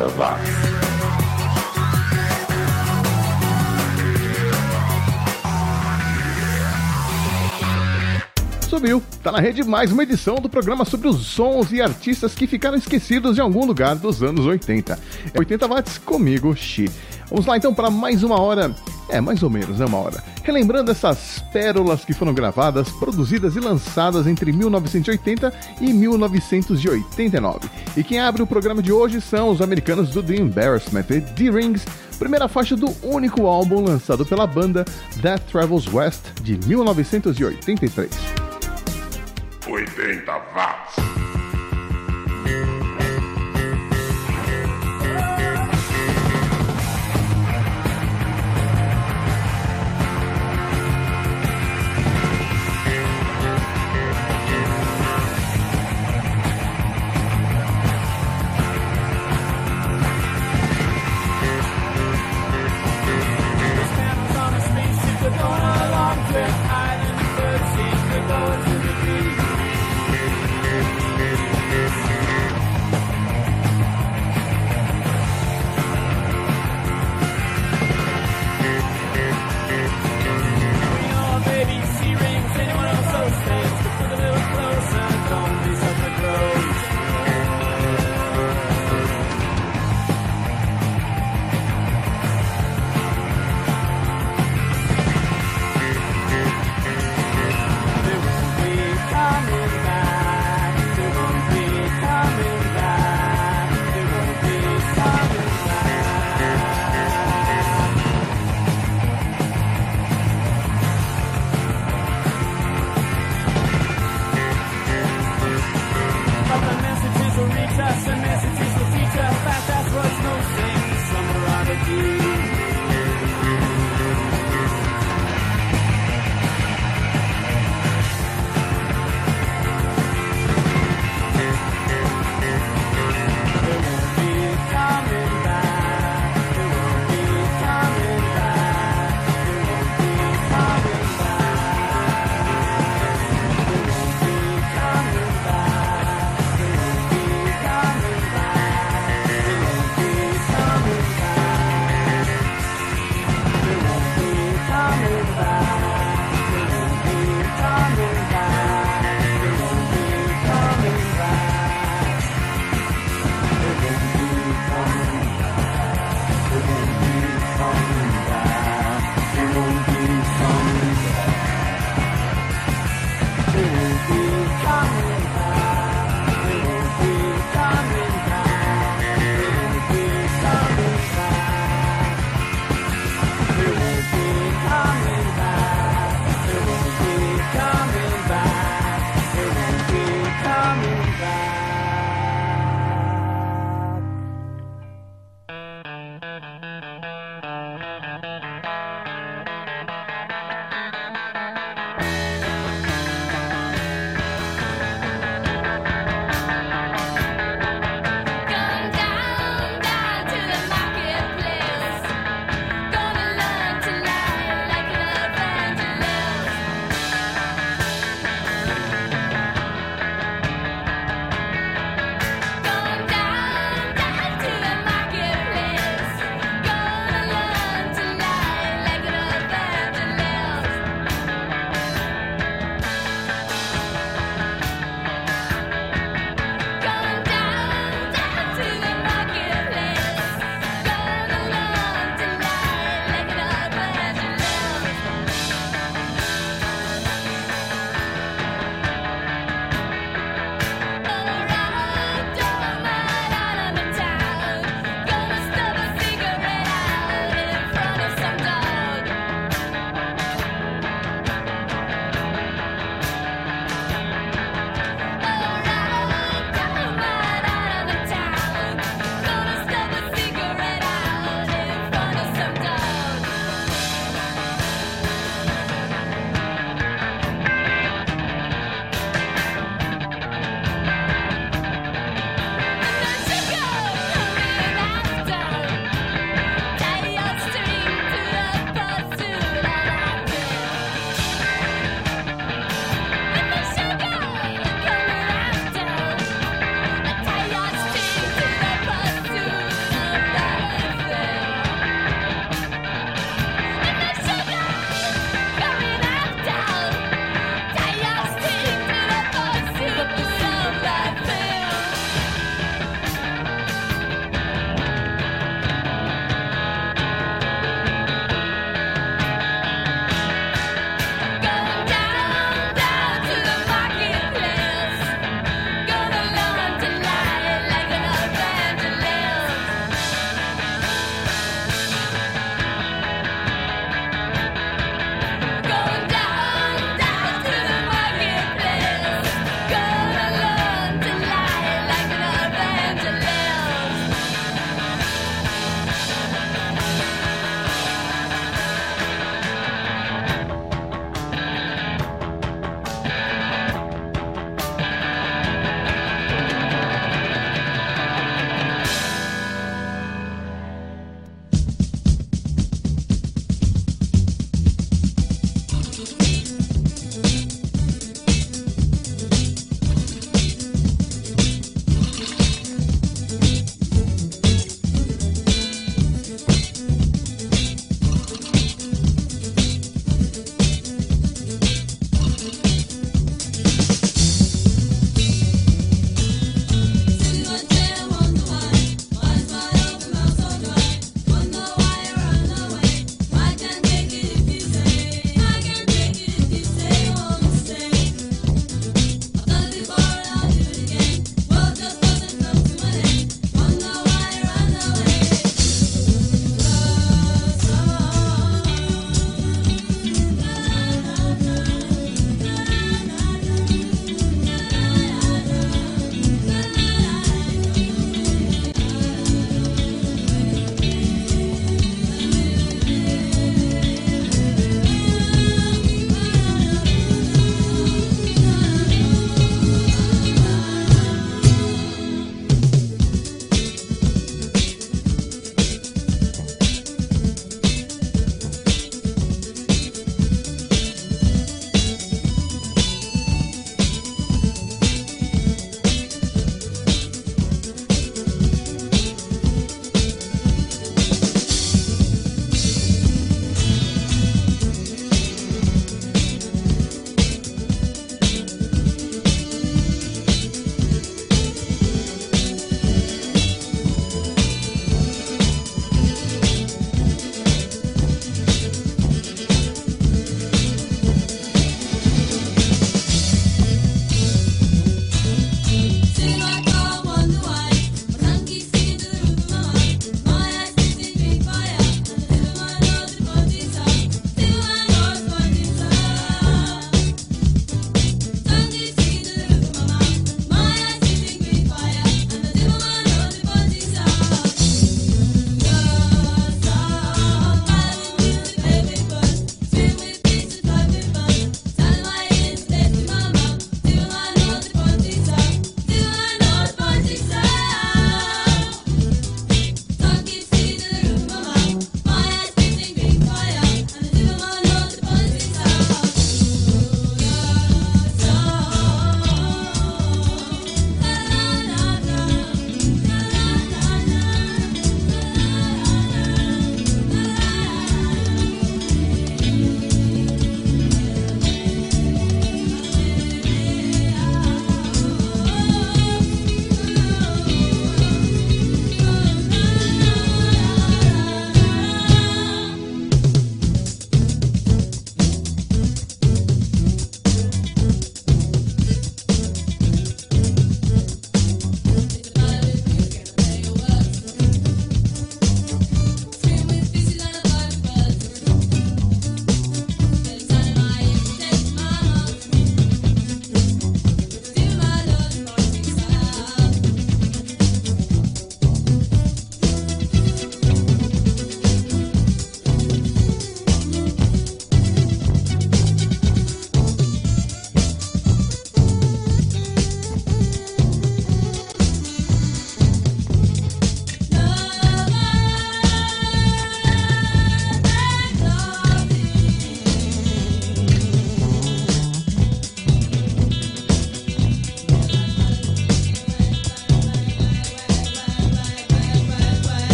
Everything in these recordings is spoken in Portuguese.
Watts. Subiu, tá na rede mais uma edição do programa sobre os sons e artistas que ficaram esquecidos em algum lugar dos anos 80. É 80 watts comigo, Xi. Vamos lá então para mais uma hora, mais ou menos, uma hora. Relembrando essas pérolas que foram gravadas, produzidas e lançadas entre 1980 e 1989. E quem abre o programa de hoje são os americanos do The Embarrassment e The Rings, primeira faixa do único álbum lançado pela banda, That Travels West, de 1983. 80 watts.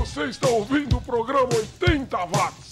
Você está ouvindo o programa 80 Watts.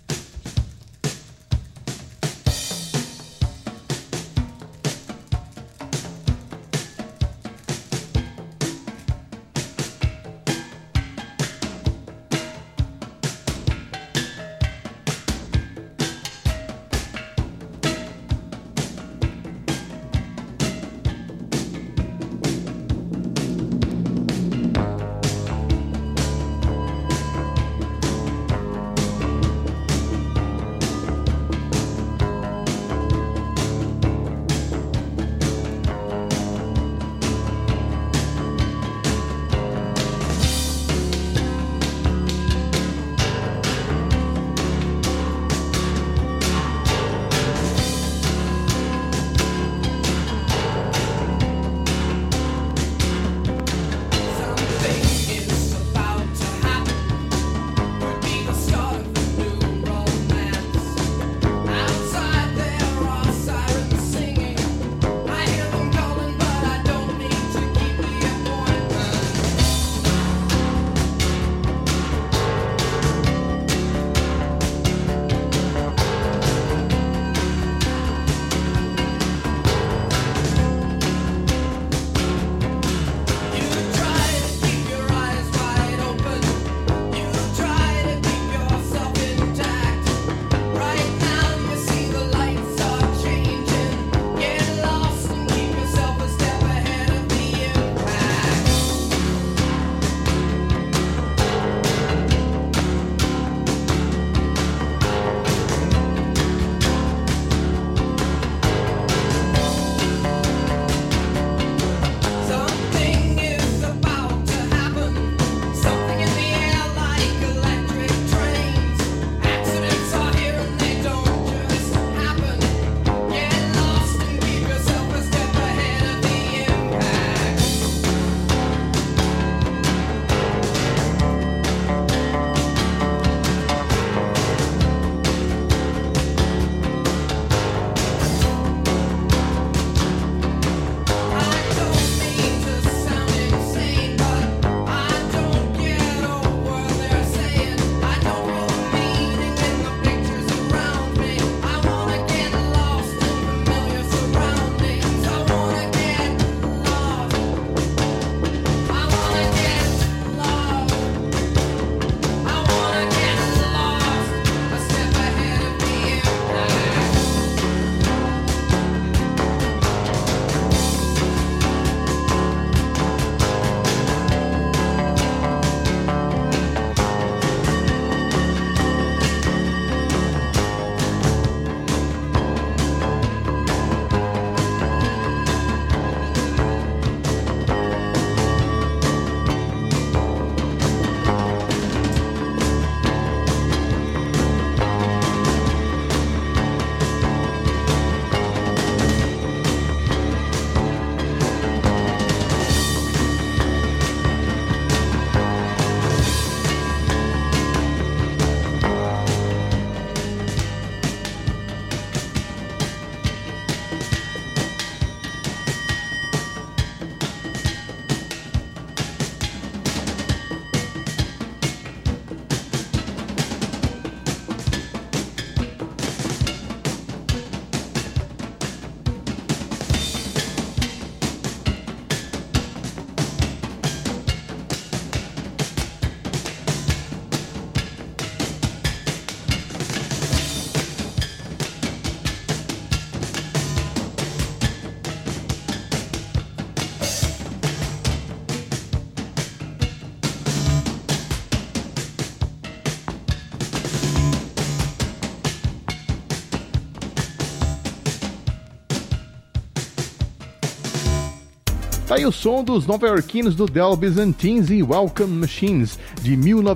Tá aí o som dos nova-iorquinos do Del Byzantines e Welcome Machines, de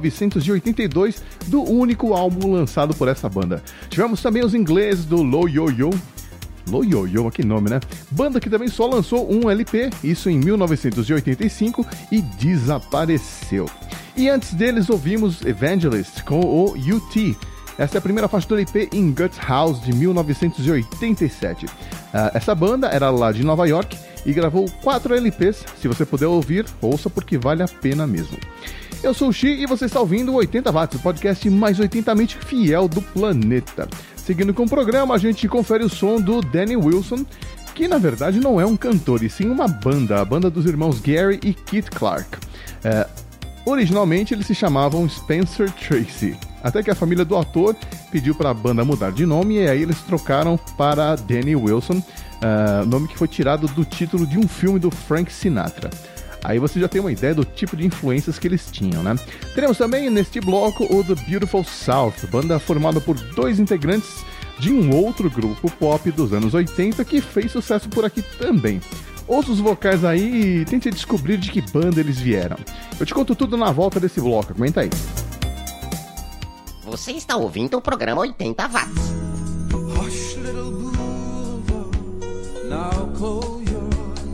1982, do único álbum lançado por essa banda. Tivemos também os ingleses do Low Yo-Yo, que nome, né? Banda que também só lançou um LP, isso em 1985, e desapareceu. E antes deles ouvimos Evangelist com o UT. Essa é a primeira faixa do LP In Guts House, de 1987. Essa banda era lá de Nova York e gravou 4 LPs. Se você puder ouvir, ouça porque vale a pena mesmo. Eu sou o Xi e você está ouvindo o 80 Watts, o podcast mais 80mente fiel do planeta. Seguindo com o programa, a gente confere o som do Danny Wilson, que na verdade não é um cantor, e sim uma banda, a banda dos irmãos Gary e Keith Clark. Originalmente eles se chamavam Spencer Tracy, até que a família do ator pediu para a banda mudar de nome e aí eles trocaram para Danny Wilson, nome que foi tirado do título de um filme do Frank Sinatra. Aí você já tem uma ideia do tipo de influências que eles tinham, né? Teremos também neste bloco o The Beautiful South, banda formada por 2 integrantes de um outro grupo pop dos anos 80 que fez sucesso por aqui também. Ouça os vocais aí e tente descobrir de que banda eles vieram. Eu te conto tudo na volta desse bloco, aguenta aí. Você está ouvindo o programa 80 Watts. Hush, little mover, now close your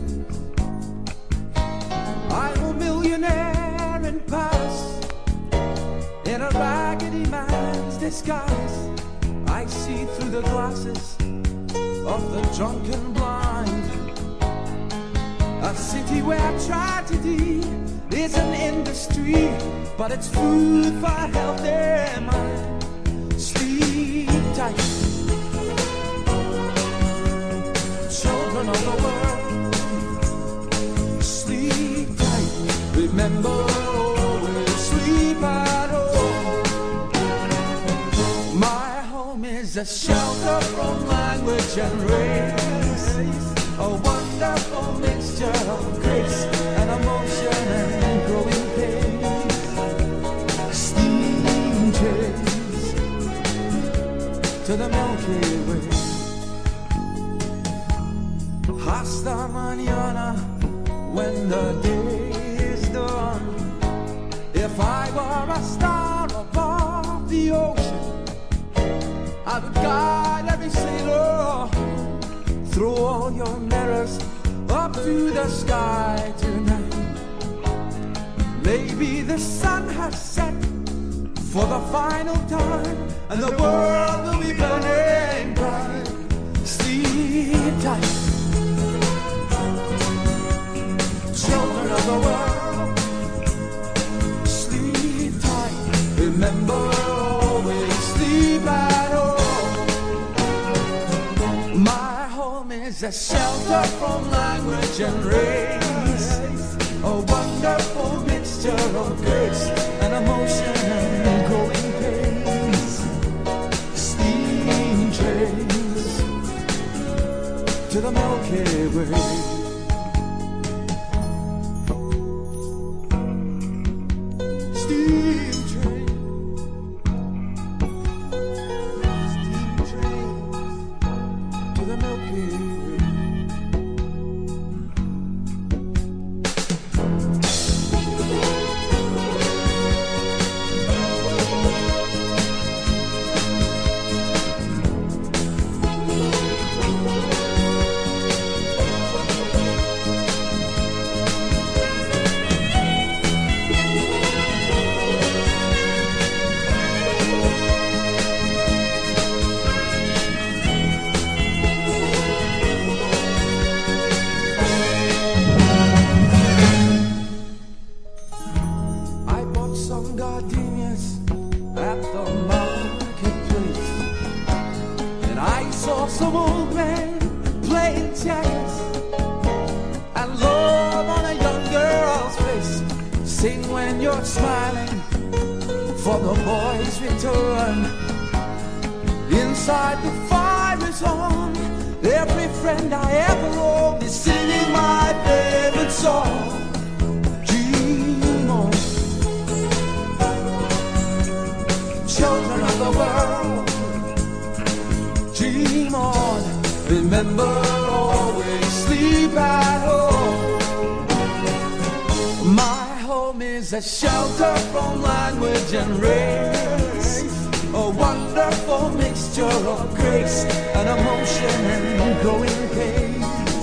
eyes. I'm a millionaire in Paris, in a raggedy man's disguise. I see through the glasses of the drunken blind. A city where tragedy is an industry, but it's food for a healthy mind. Sleep tight, children of the world. Sleep tight, remember always sleep at home. My home is a shelter from language and race, a wonderful mixture of grace and emotion and growing pains. Steam trains to the Milky Way. Hasta mañana when the day is done. If I were a star above the ocean, I would guide every sailor. Throw all your mirrors up to the sky tonight. Maybe the sun has set for the final time, and the world will be burning bright. Sleep tight, children of the world. Sleep tight, remember always sleep at home. My home is a shelter from language and race, a wonderful mixture of grace and emotion and growing pains. Steam trains to the Milky Way. Steam train, steam train to the Milky Way. A shelter from language and race, a wonderful mixture of grace and emotion and growing pains.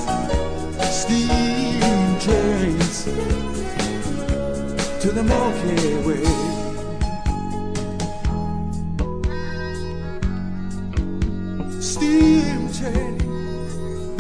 Steam trains to the Milky Way. Steam train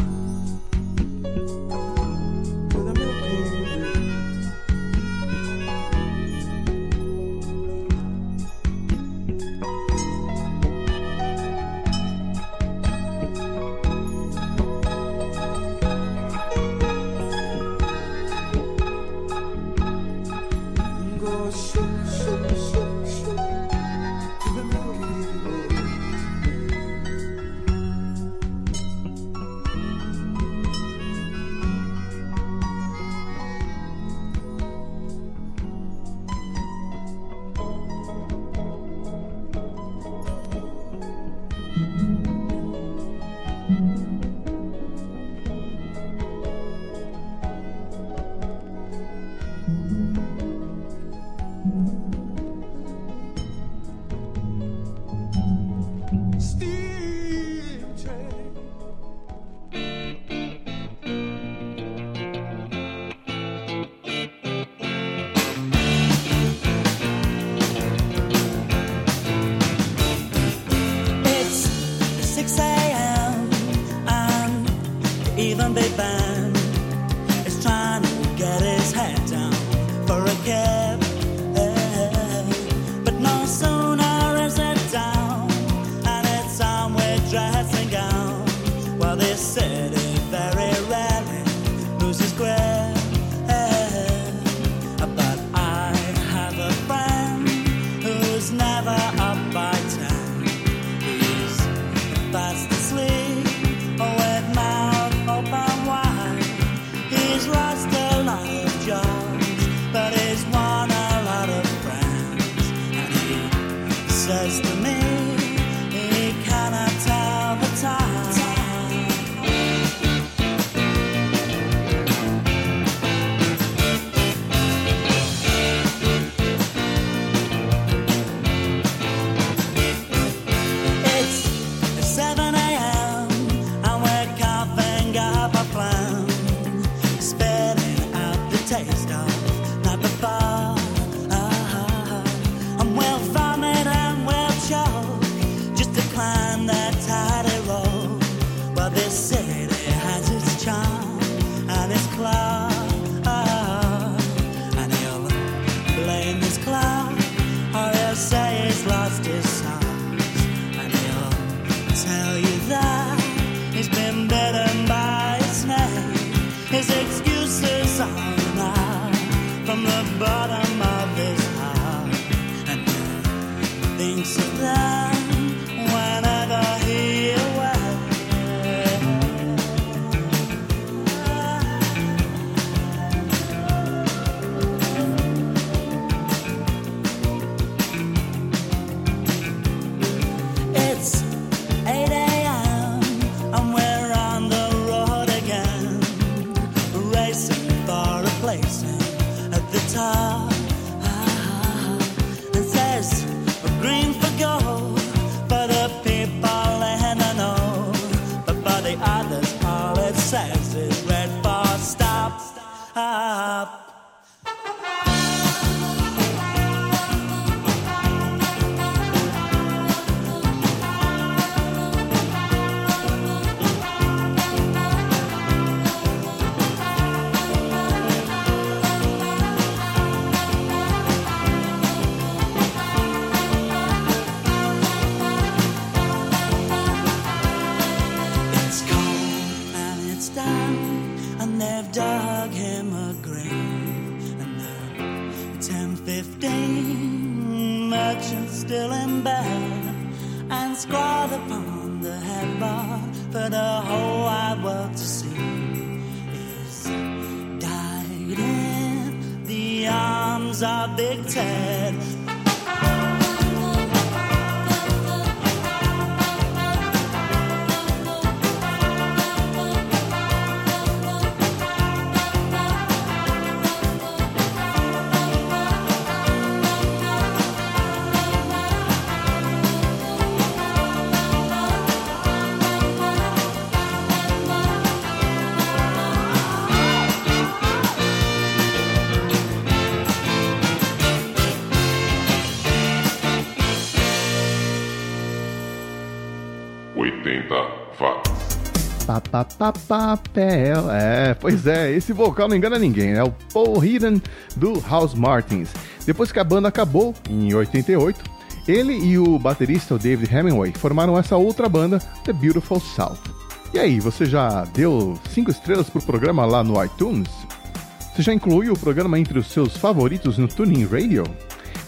Papel. Pois é, esse vocal não engana ninguém, é o Paul Heaton do House Martins. Depois que a banda acabou, em 88, ele e o baterista o David Hemingway formaram essa outra banda, The Beautiful South. E aí, você já deu 5 estrelas pro programa lá no iTunes? Você já incluiu o programa entre os seus favoritos no Tuning Radio?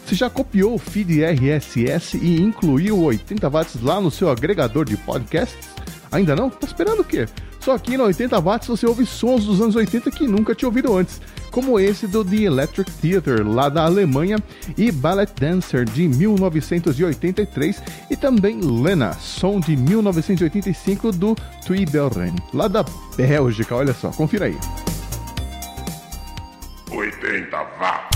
Você já copiou o feed RSS e incluiu o 80 watts lá no seu agregador de podcasts? Ainda não? Tá esperando o quê? Só aqui no 80 watts você ouve sons dos anos 80 que nunca tinha ouvido antes, como esse do The Electric Theatre, lá da Alemanha, e Ballet Dancer, de 1983, e também Lena, som de 1985 do Twee Belren, lá da Bélgica. Olha só, confira aí. 80 watts.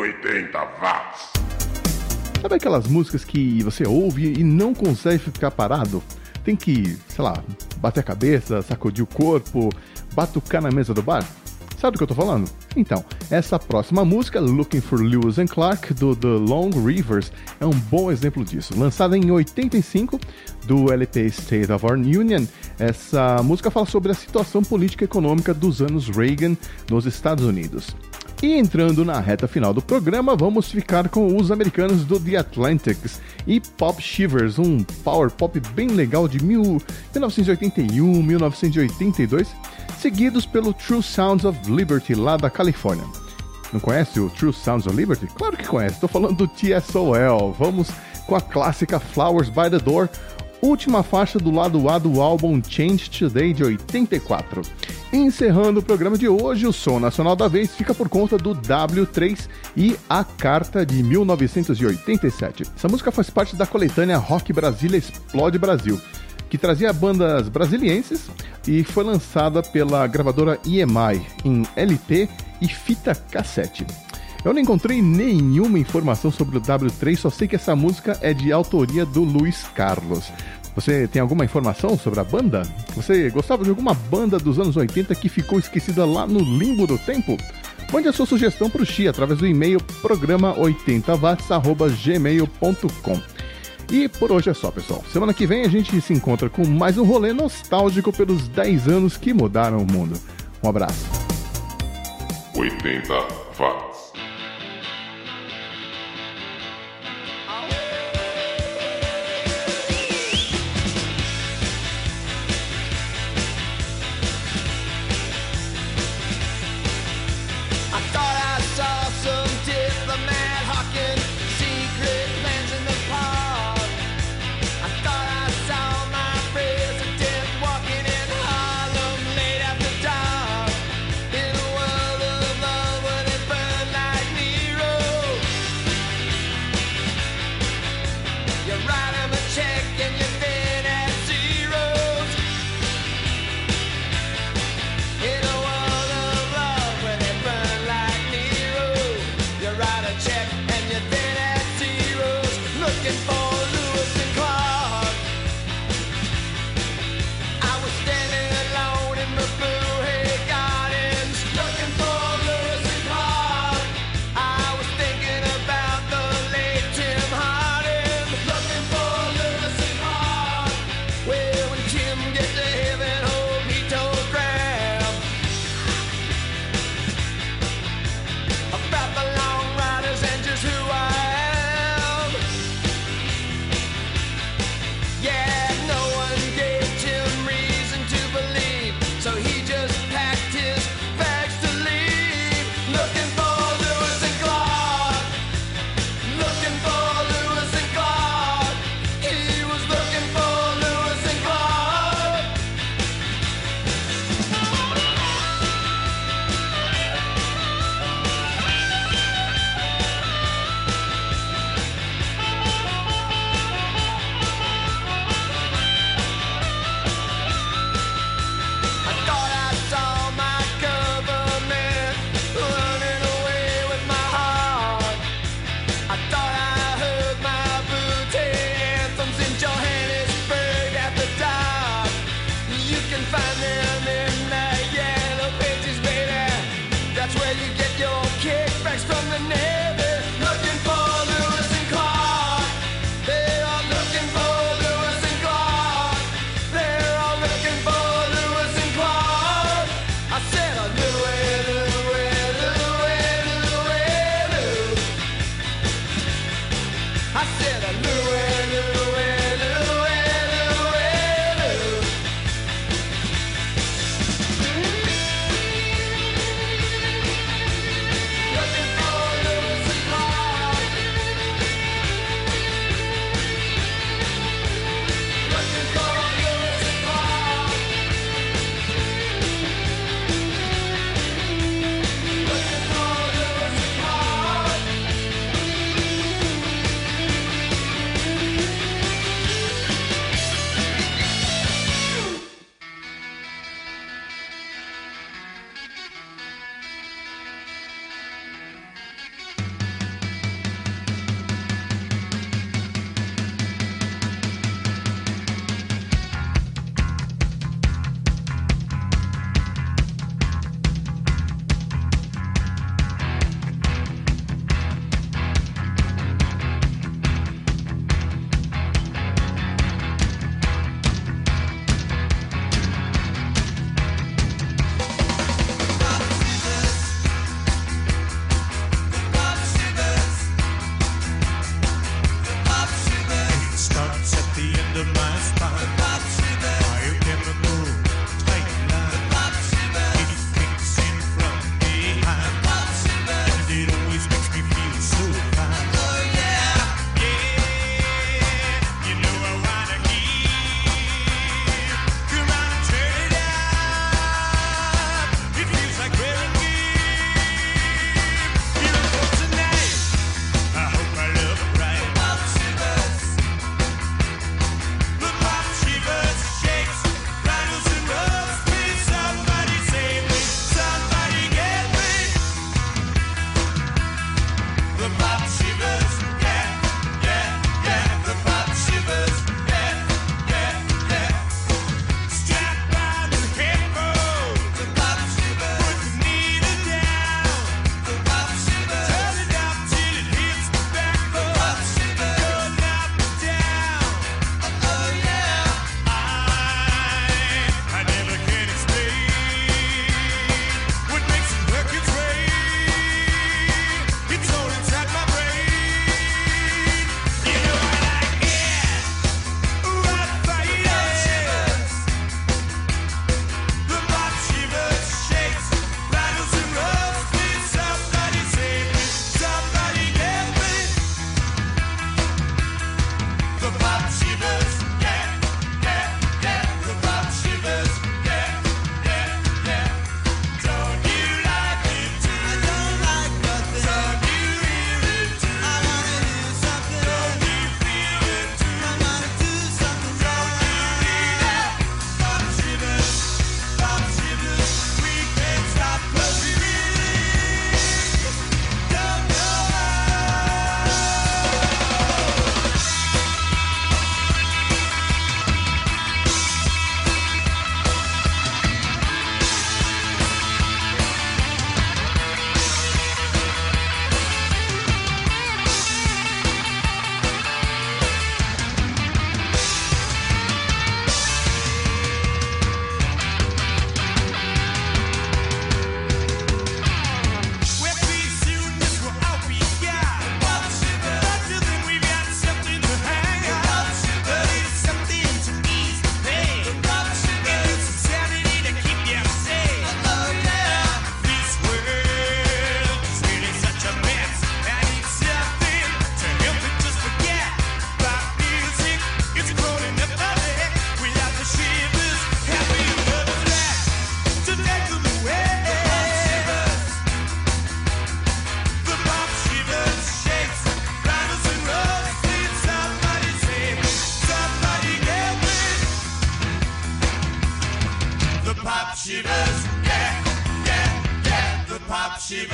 80 watts. Sabe aquelas músicas que você ouve e não consegue ficar parado? Tem que, sei lá, bater a cabeça, sacudir o corpo, batucar na mesa do bar? Sabe do que eu tô falando? Então, essa próxima música, Looking for Lewis and Clark, do The Long Rivers, é um bom exemplo disso. Lançada em 85, do LP State of Our Union, essa música fala sobre a situação política e econômica dos anos Reagan nos Estados Unidos. E entrando na reta final do programa, vamos ficar com os americanos do The Atlantics e Pop Shivers, um power pop bem legal de 1981, 1982, seguidos pelo True Sounds of Liberty, lá da Califórnia. Não conhece o True Sounds of Liberty? Claro que conhece, estou falando do TSOL. Vamos com a clássica Flowers by the Door, última faixa do lado A do álbum Change Today, de 84. Encerrando o programa de hoje, o som nacional da vez fica por conta do W3 e A Carta, de 1987. Essa música faz parte da coletânea Rock Brasília Explode Brasil, que trazia bandas brasilienses e foi lançada pela gravadora EMI em LP e fita cassete. Eu não encontrei nenhuma informação sobre o W3, só sei que essa música é de autoria do Luiz Carlos. Você tem alguma informação sobre a banda? Você gostava de alguma banda dos anos 80 que ficou esquecida lá no limbo do tempo? Mande a sua sugestão para o Xi através do e-mail programa80watts@gmail.com. E por hoje é só, pessoal. Semana que vem a gente se encontra com mais um rolê nostálgico pelos 10 anos que mudaram o mundo. Um abraço. 80 watts.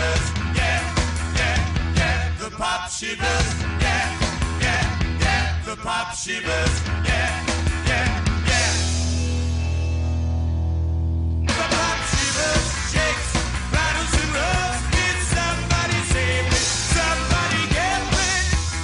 shivers, yeah, yeah, yeah. The pop shivers, yeah, yeah, yeah. The pop shivers, yeah, yeah, yeah. The pop shivers, shakes, rattles and rolls. Did somebody save me? Somebody get me.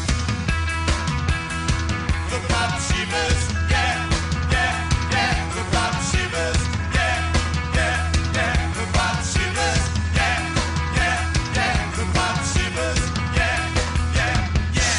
The pop shivers, yeah, yeah, yeah. The pop shivers, yeah, yeah, yeah. The pop shivers, yeah, yeah, yeah. The pop shivers, yeah, yeah, yeah.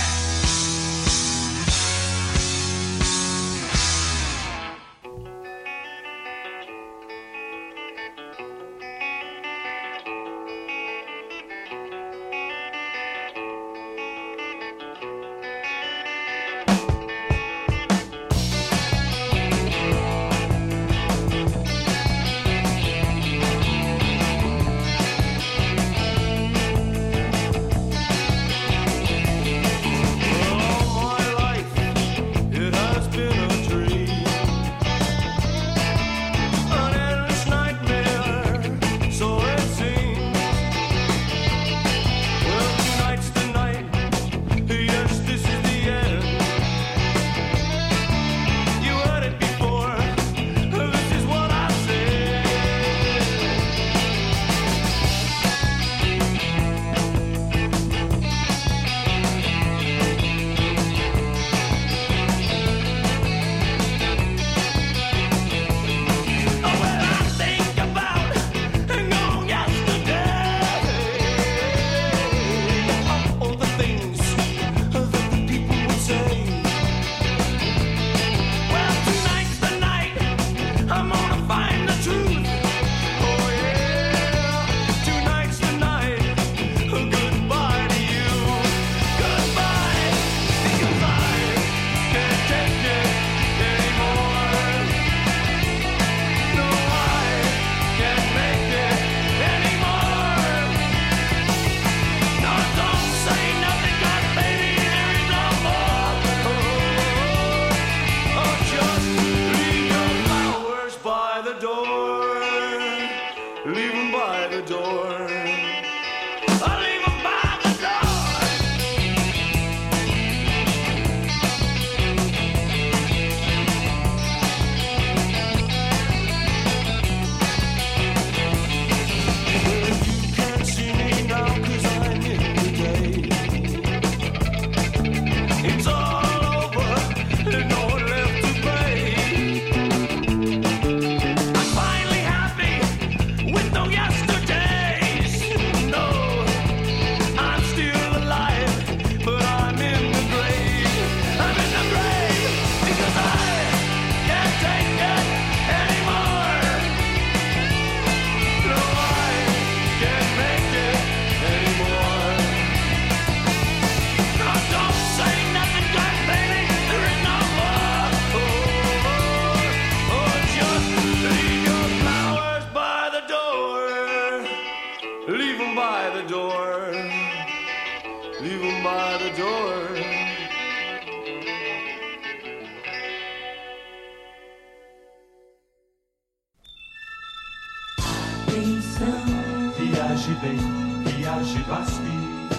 Viaje bem, viaje vaspi.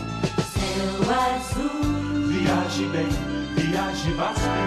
Céu azul. Viaje bem, viaje vaspi.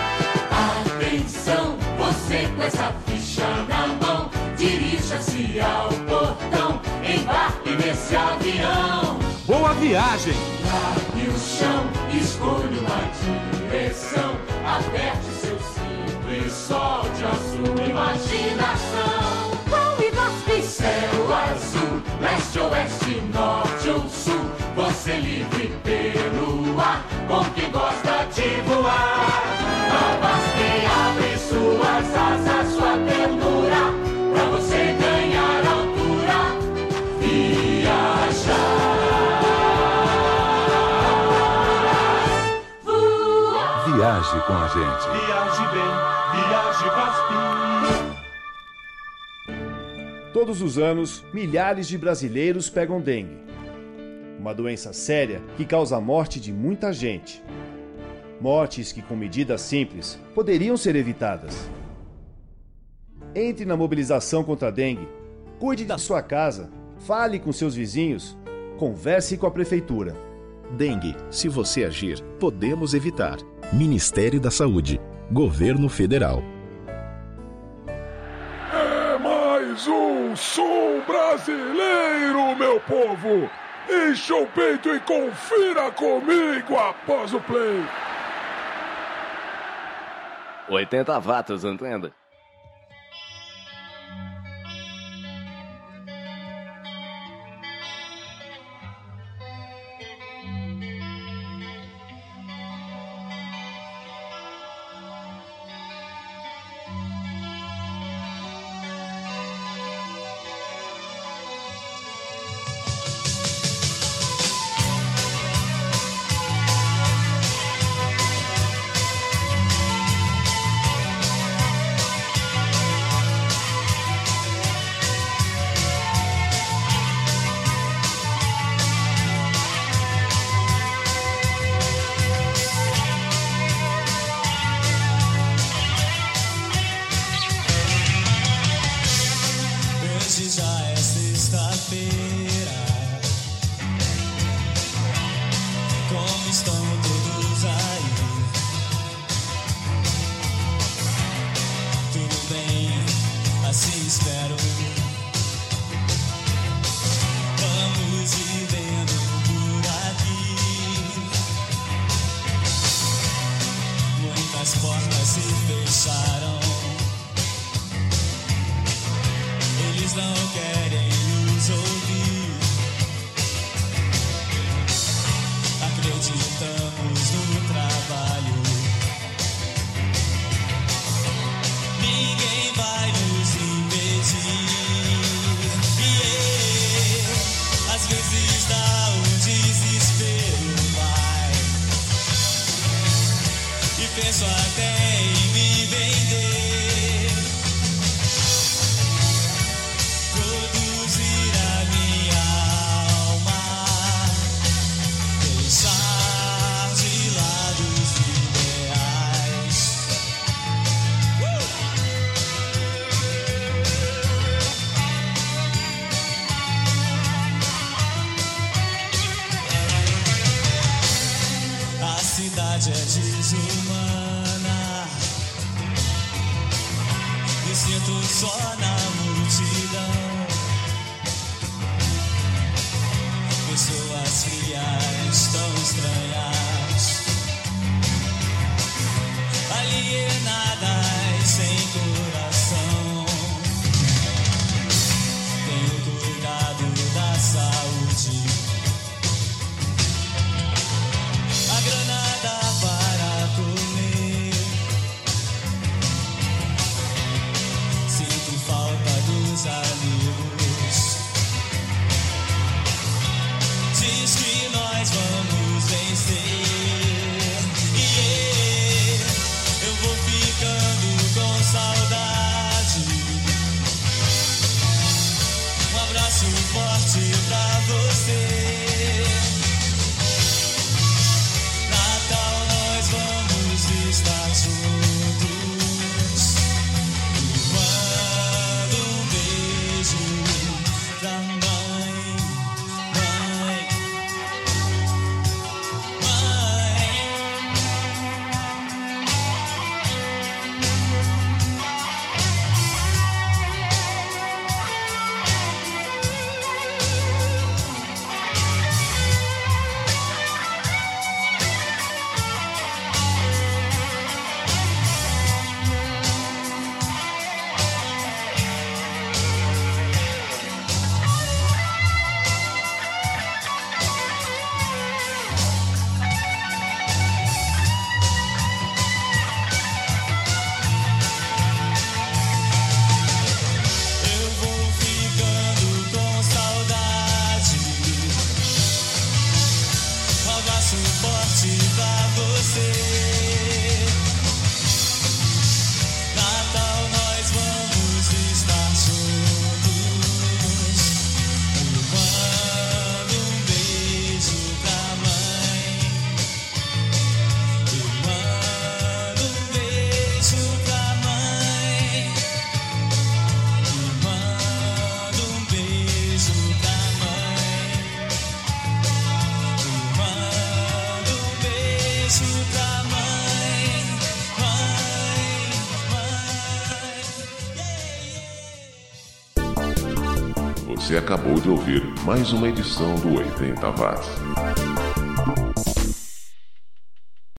Atenção, você com essa ficha na mão, dirija-se ao portão, embarque nesse avião. Boa viagem! Largue o chão, escolha uma direção, aperte seu cinto e solte a sua imaginação. Vão e vaspe! Céu azul, leste, oeste, norte ou sul, você livre pelo ar, com quem gosta de voar. A VASP abre suas asas, sua ternura, pra você ganhar altura, viajar. Voar. Viaje com a gente. Viaje bem, viaje VASP. Todos os anos, milhares de brasileiros pegam dengue. Uma doença séria que causa a morte de muita gente. Mortes que, com medidas simples, poderiam ser evitadas. Entre na mobilização contra a dengue, cuide da sua casa, Fale com seus vizinhos. Converse com a prefeitura. Dengue, se você agir, podemos evitar. Ministério da Saúde. Governo Federal. É mais um som brasileiro, meu povo! Encha o peito e confira comigo após o play. 80 watts, entende? Diz que nós vamos vencer. Você acabou de ouvir mais uma edição do 80 Watts.